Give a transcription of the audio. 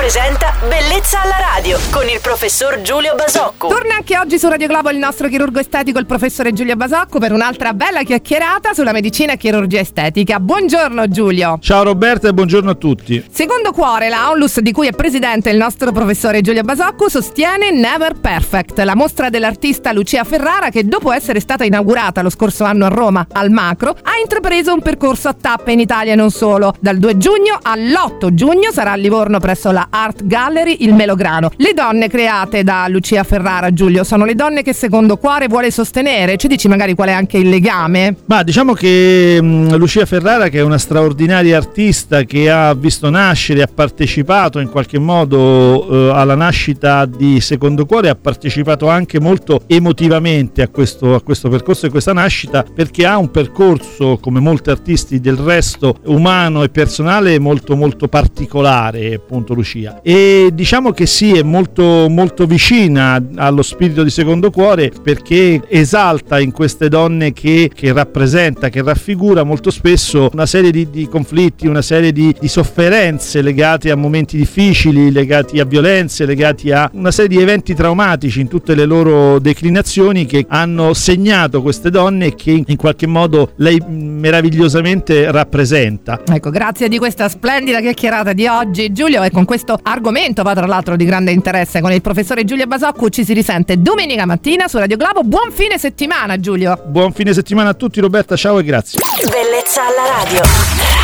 presenta Bellezza alla radio con il professor Giulio Basocco. Torna anche oggi su Radio Globo il nostro chirurgo estetico, il professore Giulio Basocco, per un'altra bella chiacchierata sulla medicina e chirurgia estetica. Buongiorno Giulio. Ciao Roberta e buongiorno a tutti. Secondo Cuore, la Onlus di cui è presidente il nostro professore Giulio Basocco, sostiene Never Perfect, la mostra dell'artista Lucia Ferrara che dopo essere stata inaugurata lo scorso anno a Roma al Macro ha intrapreso un percorso a tappe in Italia e non solo. Dal 2 giugno all'8 giugno sarà a Livorno presso la Art Gallery il Melograno. Le donne create da Lucia Ferrara, Giulio, sono le donne che secondo Cuore vuole sostenere. Ci dici magari qual è anche il legame? Ma diciamo che Lucia Ferrara, che è una straordinaria artista che ha visto nascere, ha partecipato in qualche modo alla nascita di Secondo Cuore, ha partecipato anche molto emotivamente a questo percorso e questa nascita, perché ha un percorso, come molti artisti del resto, umano e personale molto molto particolare, appunto Lucia, e diciamo che sì, è molto molto vicina allo spirito di Secondo Cuore, perché esalta in queste donne che rappresenta, che raffigura molto spesso una serie di conflitti, una serie di sofferenze legate a momenti difficili, legati a violenze, legati a una serie di eventi traumatici in tutte le loro declinazioni, che hanno segnato queste donne e che in qualche modo lei meravigliosamente rappresenta. Ecco, grazie di questa splendida chiacchierata di oggi Giulio, e con questo argomento va tra l'altro di grande interesse con il professore Giulio Basocco. Ci si risente domenica mattina su Radio Globo. Buon fine settimana Giulio. Buon fine settimana a tutti Roberta, ciao e grazie. Bellezza alla radio.